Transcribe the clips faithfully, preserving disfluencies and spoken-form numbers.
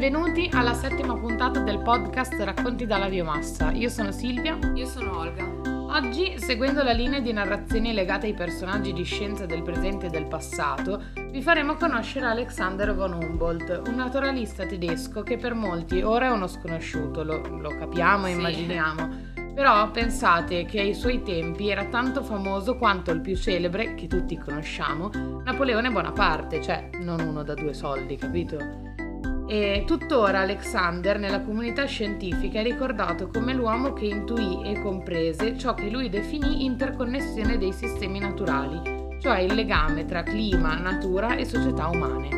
Benvenuti alla settima puntata del podcast Racconti dalla biomassa. Io sono Silvia. Io sono Olga. Oggi, seguendo la linea di narrazioni legate ai personaggi di scienza del presente e del passato, vi faremo conoscere Alexander von Humboldt, un naturalista tedesco che per molti ora è uno sconosciuto, lo, lo capiamo e Sì. immaginiamo. Però pensate che ai suoi tempi era tanto famoso quanto il più celebre, che tutti conosciamo, Napoleone Bonaparte, cioè non uno da due soldi, capito? E tuttora Alexander nella comunità scientifica è ricordato come l'uomo che intuì e comprese ciò che lui definì interconnessione dei sistemi naturali, cioè il legame tra clima, natura e società umane.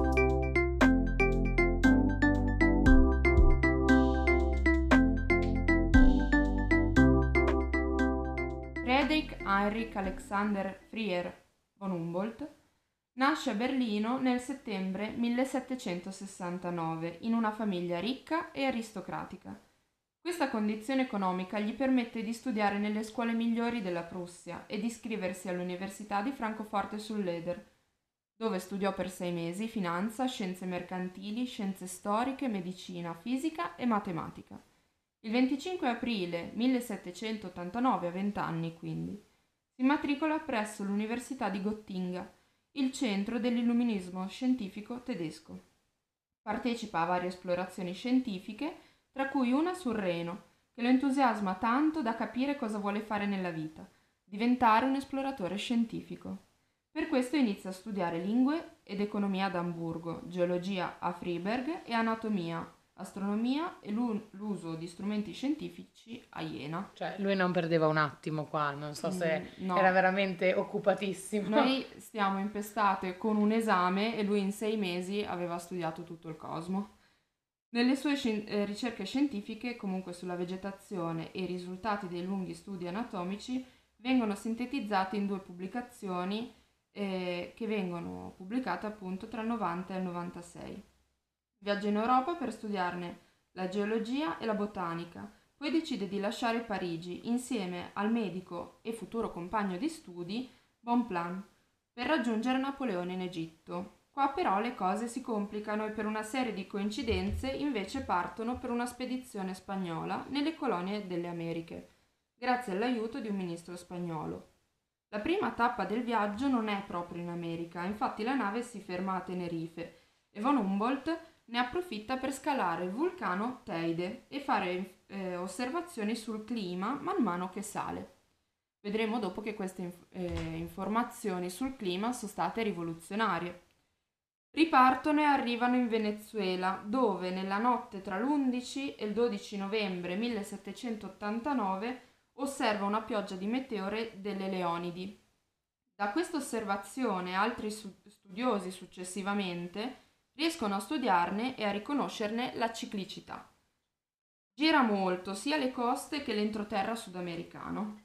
Friedrich Heinrich Alexander Frier von Humboldt nasce a Berlino nel settembre millesettecentosessantanove in una famiglia ricca e aristocratica. Questa condizione economica gli permette di studiare nelle scuole migliori della Prussia e di iscriversi all'Università di Francoforte sul Leder, dove studiò per sei mesi finanza, scienze mercantili, scienze storiche, medicina, fisica e matematica. Il venticinque aprile millesettecentottantanove, a venti anni quindi, si matricola presso l'Università di Gottinga, il centro dell'illuminismo scientifico tedesco. Partecipa a varie esplorazioni scientifiche, tra cui una sul Reno, che lo entusiasma tanto da capire cosa vuole fare nella vita, diventare un esploratore scientifico. Per questo inizia a studiare lingue ed economia ad Amburgo, geologia a Freiberg e anatomia, astronomia e l'uso di strumenti scientifici a Jena. Cioè lui non perdeva un attimo qua, non so se Mm, no. era veramente occupatissimo. Noi stiamo impestate con un esame e lui in sei mesi aveva studiato tutto il cosmo. Nelle sue scien- eh, ricerche scientifiche, comunque sulla vegetazione e i risultati dei lunghi studi anatomici, vengono sintetizzati in due pubblicazioni eh, che vengono pubblicate appunto tra il novanta e il novantasei. Viaggia in Europa per studiarne la geologia e la botanica, poi decide di lasciare Parigi insieme al medico e futuro compagno di studi Bonpland per raggiungere Napoleone in Egitto. Qua però le cose si complicano e per una serie di coincidenze invece partono per una spedizione spagnola nelle colonie delle Americhe, grazie all'aiuto di un ministro spagnolo. La prima tappa del viaggio non è proprio in America, infatti la nave si ferma a Tenerife e von Humboldt ne approfitta per scalare il vulcano Teide e fare eh, osservazioni sul clima man mano che sale. Vedremo dopo che queste inf- eh, informazioni sul clima sono state rivoluzionarie. Ripartono e arrivano in Venezuela, dove nella notte tra l'undici e il dodici novembre millesettecentottantanove osserva una pioggia di meteore delle Leonidi. Da questa osservazione altri su- studiosi successivamente riescono a studiarne e a riconoscerne la ciclicità. Gira molto sia le coste che l'entroterra sudamericano.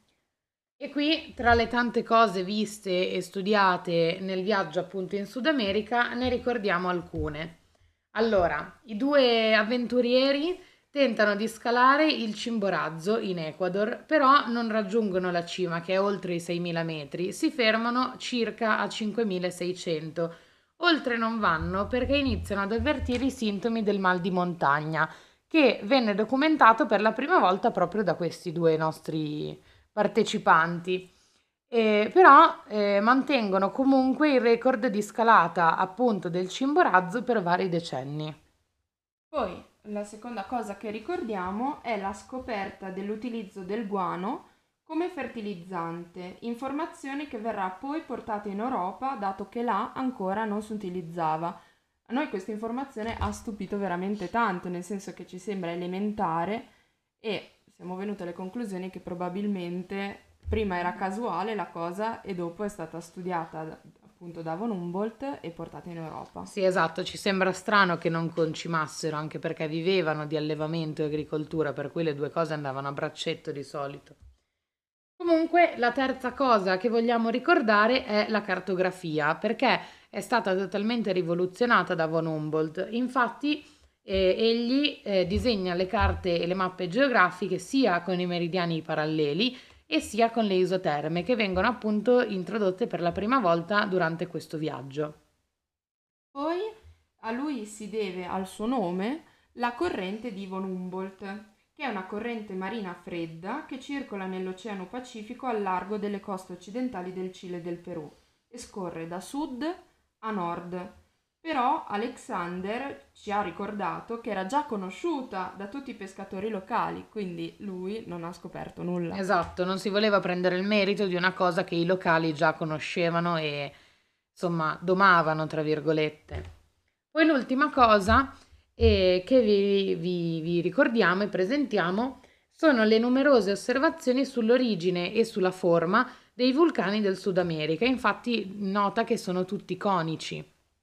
E qui, tra le tante cose viste e studiate nel viaggio appunto in Sud America, ne ricordiamo alcune. Allora, i due avventurieri tentano di scalare il Chimborazo in Ecuador, però non raggiungono la cima che è oltre i seimila metri, si fermano circa a cinquemilaseicento. Oltre non vanno perché iniziano ad avvertire i sintomi del mal di montagna, che venne documentato per la prima volta proprio da questi due nostri partecipanti. Eh, però eh, mantengono comunque il record di scalata appunto del Chimborazo per vari decenni. Poi, la seconda cosa che ricordiamo è la scoperta dell'utilizzo del guano come fertilizzante, informazione che verrà poi portata in Europa, dato che là ancora non si utilizzava. A noi questa informazione ha stupito veramente tanto, nel senso che ci sembra elementare e siamo venuti alle conclusioni che probabilmente prima era casuale la cosa e dopo è stata studiata da- appunto da von Humboldt e portata in Europa. Sì, esatto, ci sembra strano che non concimassero, anche perché vivevano di allevamento e agricoltura, per cui le due cose andavano a braccetto di solito. Comunque, la terza cosa che vogliamo ricordare è la cartografia, perché è stata totalmente rivoluzionata da von Humboldt. Infatti, eh, egli eh, disegna le carte e le mappe geografiche sia con i meridiani paralleli e sia con le isoterme, che vengono appunto introdotte per la prima volta durante questo viaggio. Poi A lui si deve al suo nome la corrente di von Humboldt, che è una corrente marina fredda che circola nell'Oceano Pacifico al largo delle coste occidentali del Cile e del Perù e scorre da sud a nord. Però Alexander ci ha ricordato che era già conosciuta da tutti i pescatori locali, quindi lui non ha scoperto nulla. Esatto, non si voleva prendere il merito di una cosa che i locali già conoscevano e insomma domavano, tra virgolette. Poi l'ultima cosa eh, che vi, vi- vi ricordiamo e presentiamo sono le numerose osservazioni sull'origine e sulla forma dei vulcani del Sud America. Infatti nota che sono tutti conici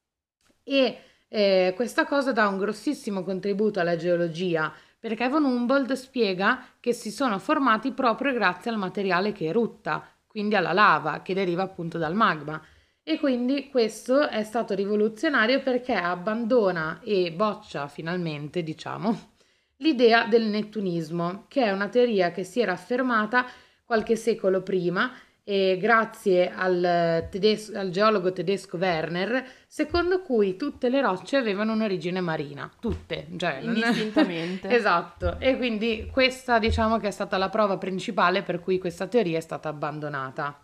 e eh, questa cosa dà un grossissimo contributo alla geologia perché von Humboldt spiega che si sono formati proprio grazie al materiale che erutta, quindi alla lava che deriva appunto dal magma. E quindi questo è stato rivoluzionario perché abbandona e boccia finalmente, diciamo, l'idea del nettunismo, che è una teoria che si era affermata qualche secolo prima e grazie al, tedes- al geologo tedesco Werner, secondo cui tutte le rocce avevano un'origine marina, tutte, cioè non- Indistintamente. Esatto, e quindi questa diciamo che è stata la prova principale per cui questa teoria è stata abbandonata.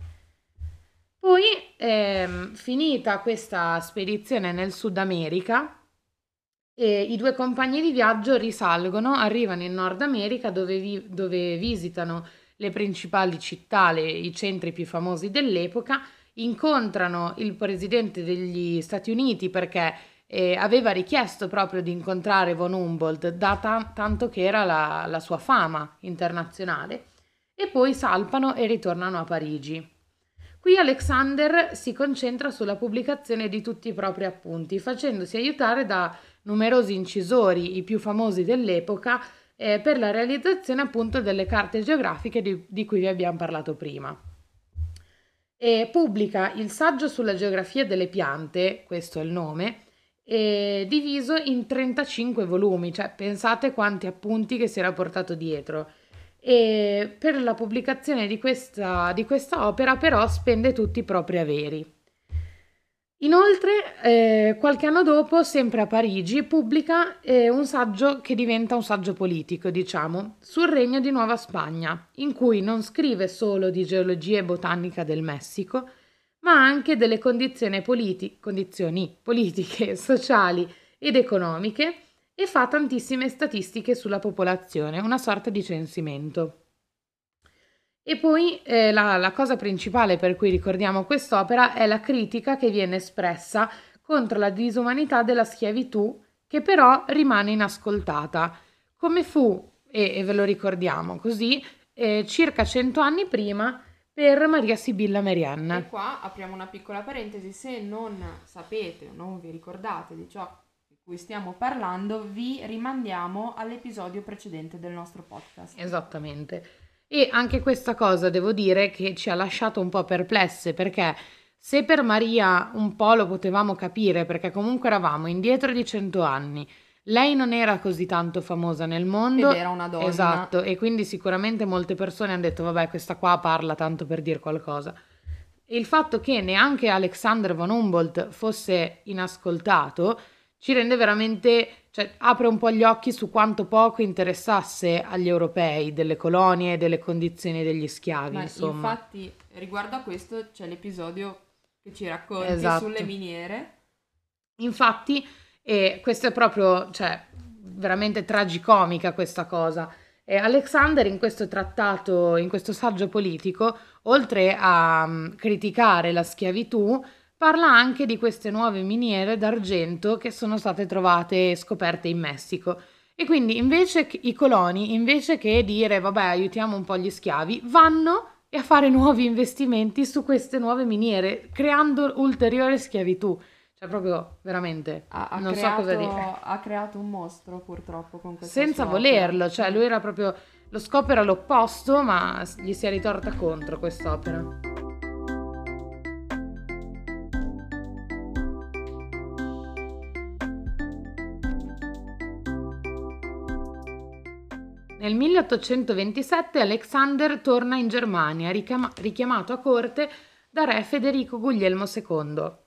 Poi, ehm, finita questa spedizione nel Sud America, e i due compagni di viaggio risalgono, arrivano in Nord America dove, vi- dove visitano le principali città, le- i centri più famosi dell'epoca, incontrano il presidente degli Stati Uniti perché eh, aveva richiesto proprio di incontrare von Humboldt, da ta- tanto che era la, la sua fama internazionale, e poi salpano e ritornano a Parigi. Qui Alexander si concentra sulla pubblicazione di tutti i propri appunti, facendosi aiutare da numerosi incisori, i più famosi dell'epoca, eh, per la realizzazione appunto delle carte geografiche di, di cui vi abbiamo parlato prima. E pubblica il saggio sulla geografia delle piante, questo è il nome, eh, diviso in trentacinque volumi, cioè pensate quanti appunti che si era portato dietro. E per la pubblicazione di questa, di questa opera però spende tutti i propri averi. Inoltre, eh, qualche anno dopo, sempre a Parigi, pubblica eh, un saggio che diventa un saggio politico, diciamo, sul Regno di Nuova Spagna, in cui non scrive solo di geologia e botanica del Messico, ma anche delle condizioni, politi- condizioni politiche, sociali ed economiche e fa tantissime statistiche sulla popolazione, una sorta di censimento. E poi eh, la, la cosa principale per cui ricordiamo quest'opera è la critica che viene espressa contro la disumanità della schiavitù, che però rimane inascoltata, come fu, e, e ve lo ricordiamo così, eh, circa cento anni prima per Maria Sibilla Merian. E qua apriamo una piccola parentesi, se non sapete o non vi ricordate di ciò di cui stiamo parlando, vi rimandiamo all'episodio precedente del nostro podcast. Esattamente. E anche questa cosa devo dire che ci ha lasciato un po' perplesse perché se per Maria un po' lo potevamo capire perché comunque eravamo indietro di cento anni, lei non era così tanto famosa nel mondo. Ed era una donna. Esatto, e quindi sicuramente molte persone hanno detto vabbè questa qua parla tanto per dire qualcosa. E il fatto che neanche Alexander von Humboldt fosse inascoltato ci rende veramente, cioè apre un po' gli occhi su quanto poco interessasse agli europei delle colonie e delle condizioni degli schiavi, Ma insomma. infatti, riguardo a questo, c'è l'episodio che ci racconti Esatto. sulle miniere. Infatti, eh, questo è proprio, cioè, veramente tragicomica questa cosa. E Alexander in questo trattato, in questo saggio politico, oltre a mm, criticare la schiavitù, parla anche di queste nuove miniere d'argento che sono state trovate e scoperte in Messico. E quindi invece che- i coloni, invece che dire vabbè aiutiamo un po' gli schiavi, vanno e a fare nuovi investimenti su queste nuove miniere, creando ulteriore schiavitù. Cioè proprio veramente Ha, ha non so creato, cosa dire. ha creato un mostro purtroppo con questa Senza sua volerlo, opera. cioè lui era proprio lo scopo era l'opposto, ma s- gli si è ritorta contro quest'opera. Nel milleottocentoventisette Alexander torna in Germania, richiama- richiamato a corte da re Federico Guglielmo secondo.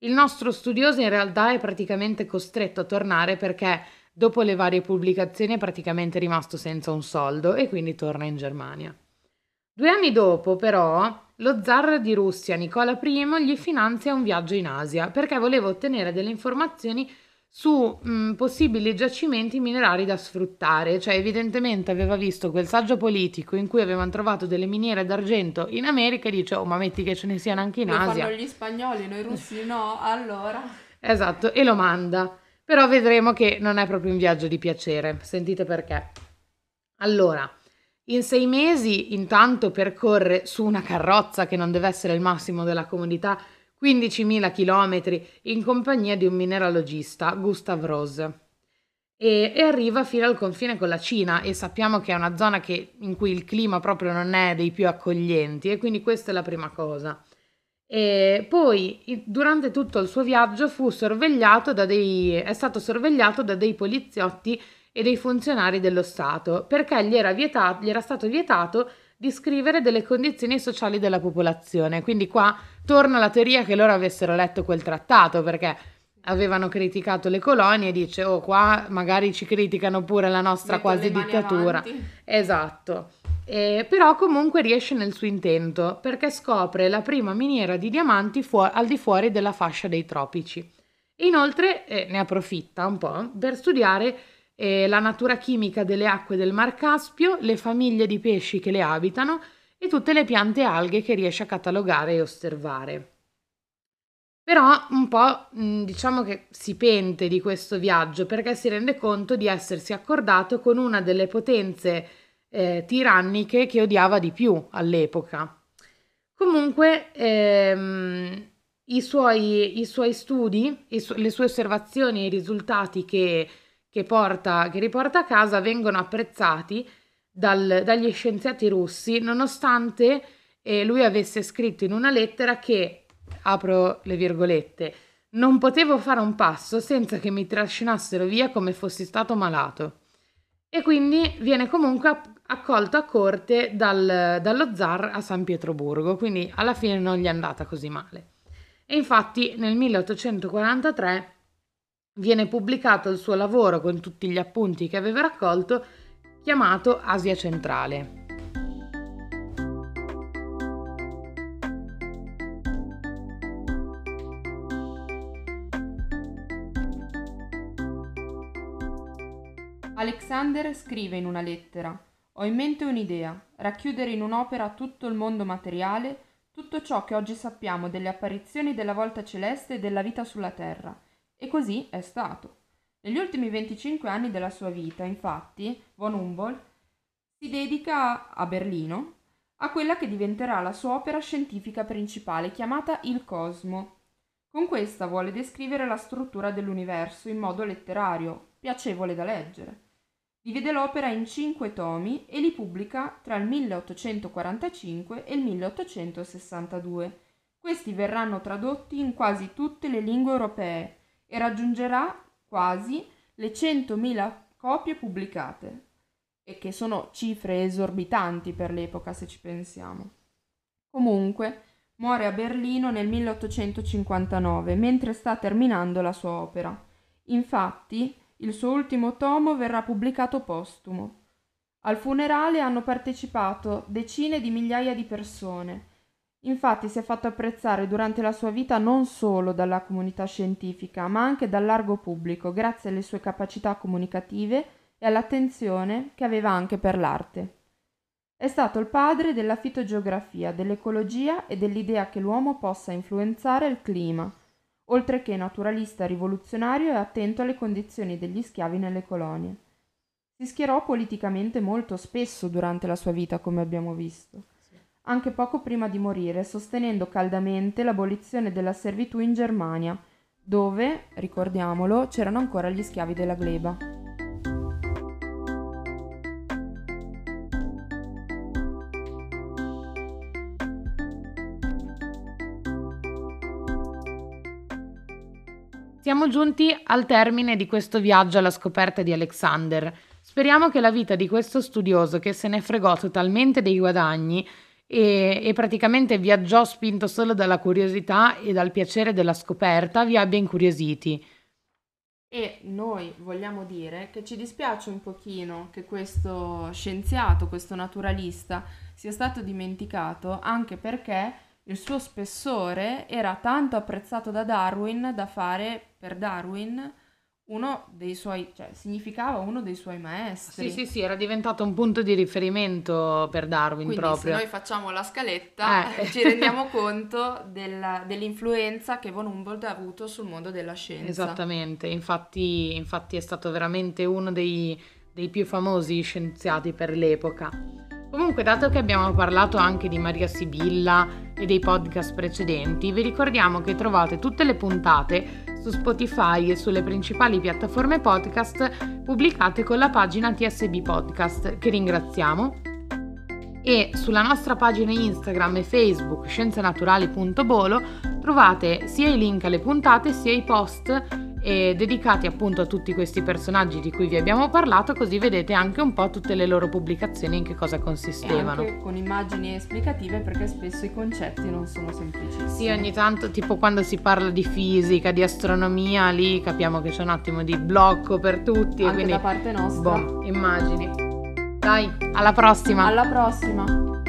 Il nostro studioso in realtà è praticamente costretto a tornare perché dopo le varie pubblicazioni è praticamente rimasto senza un soldo e quindi torna in Germania. Due anni dopo, però, lo zar di Russia Nicola primo gli finanzia un viaggio in Asia perché voleva ottenere delle informazioni su mh, possibili giacimenti minerari da sfruttare, cioè evidentemente aveva visto quel saggio politico in cui avevano trovato delle miniere d'argento in America e dice, oh ma metti che ce ne siano anche in Lo Asia. fanno gli spagnoli, noi russi no, allora... Esatto, e lo manda. Però vedremo che non è proprio un viaggio di piacere, sentite perché. Allora, in sei mesi intanto percorre su una carrozza che non deve essere il massimo della comodità quindicimila chilometri in compagnia di un mineralogista, Gustav Rose, e, e arriva fino al confine con la Cina e sappiamo che è una zona che, in cui il clima proprio non è dei più accoglienti e quindi questa è la prima cosa. E poi i- durante tutto il suo viaggio fu sorvegliato da dei, è stato sorvegliato da dei poliziotti e dei funzionari dello Stato perché gli era vietato, gli era stato vietato di scrivere delle condizioni sociali della popolazione. Quindi qua torna la teoria che loro avessero letto quel trattato perché avevano criticato le colonie e dice, oh qua magari ci criticano pure la nostra Mettono quasi le mani dittatura. avanti. Esatto. Eh, però comunque riesce nel suo intento perché scopre la prima miniera di diamanti fu- al di fuori della fascia dei tropici. Inoltre eh, ne approfitta un po' per studiare eh, la natura chimica delle acque del Mar Caspio, le famiglie di pesci che le abitano e tutte le piante e alghe che riesce a catalogare e osservare. Però un po' mh, diciamo che si pente di questo viaggio perché si rende conto di essersi accordato con una delle potenze eh, tiranniche che odiava di più all'epoca. Comunque ehm, i suoi, i suoi studi, i su- le sue osservazioni e i risultati che, che porta, che riporta a casa vengono apprezzati dal- dagli scienziati russi, nonostante eh, lui avesse scritto in una lettera che, apro le virgolette, non potevo fare un passo senza che mi trascinassero via come fossi stato malato. E quindi viene comunque app- accolto a corte dal- dallo zar a San Pietroburgo, quindi alla fine non gli è andata così male. E infatti nel milleottocentoquarantatré viene pubblicato il suo lavoro con tutti gli appunti che aveva raccolto, chiamato Asia Centrale. Alexander scrive in una lettera: Ho in mente un'idea, racchiudere in un'opera tutto il mondo materiale, tutto ciò che oggi sappiamo delle apparizioni della volta celeste e della vita sulla Terra. E così è stato. Negli ultimi venticinque anni della sua vita, infatti, von Humboldt si dedica a Berlino a quella che diventerà la sua opera scientifica principale, chiamata Il Cosmo. Con questa vuole descrivere la struttura dell'universo in modo letterario, piacevole da leggere. Divide l'opera in cinque tomi e li pubblica tra il milleottocentoquarantacinque e il milleottocentosessantadue. Questi verranno tradotti in quasi tutte le lingue europee e raggiungerà quasi le centomila copie pubblicate, e che sono cifre esorbitanti per l'epoca se ci pensiamo. Comunque, muore a Berlino nel milleottocentocinquantanove mentre sta terminando la sua opera. Infatti, il suo ultimo tomo verrà pubblicato postumo. Al funerale hanno partecipato decine di migliaia di persone. Infatti si è fatto apprezzare durante la sua vita non solo dalla comunità scientifica, ma anche dal largo pubblico, grazie alle sue capacità comunicative e all'attenzione che aveva anche per l'arte. È stato il padre della fitogeografia, dell'ecologia e dell'idea che l'uomo possa influenzare il clima, oltre che naturalista rivoluzionario e attento alle condizioni degli schiavi nelle colonie. Si schierò politicamente molto spesso durante la sua vita, come abbiamo visto, anche poco prima di morire, sostenendo caldamente l'abolizione della servitù in Germania, dove, ricordiamolo, c'erano ancora gli schiavi della gleba. Siamo giunti al termine di questo viaggio alla scoperta di Alexander. Speriamo che la vita di questo studioso che se ne fregò totalmente dei guadagni e, e praticamente viaggiò spinto solo dalla curiosità e dal piacere della scoperta vi abbia incuriositi. E noi vogliamo dire che ci dispiace un pochino che questo scienziato, questo naturalista, sia stato dimenticato, anche perché il suo spessore era tanto apprezzato da Darwin da fare per Darwin uno dei suoi, cioè significava uno dei suoi maestri. Sì, sì, sì, era diventato un punto di riferimento per Darwin. Quindi proprio. se noi facciamo la scaletta Eh. ci rendiamo conto della- dell'influenza che von Humboldt ha avuto sul mondo della scienza. Esattamente, infatti, infatti è stato veramente uno dei, dei più famosi scienziati per l'epoca. Comunque, dato che abbiamo parlato anche di Maria Sibilla e dei podcast precedenti, vi ricordiamo che trovate tutte le puntate su Spotify e sulle principali piattaforme podcast pubblicate con la pagina T S B Podcast, che ringraziamo, e sulla nostra pagina Instagram e Facebook scienzenaturali punto bolo trovate sia i link alle puntate sia i post eh, dedicati appunto a tutti questi personaggi di cui vi abbiamo parlato, così vedete anche un po' tutte le loro pubblicazioni in che cosa E consistevano. anche con immagini esplicative, perché spesso i concetti non sono semplicissimi. Sì, ogni tanto, tipo quando si parla di fisica, di astronomia, lì capiamo che c'è un attimo di blocco per tutti. Anche e quindi, da parte nostra. boh, immagini. Dai, alla prossima! Alla prossima!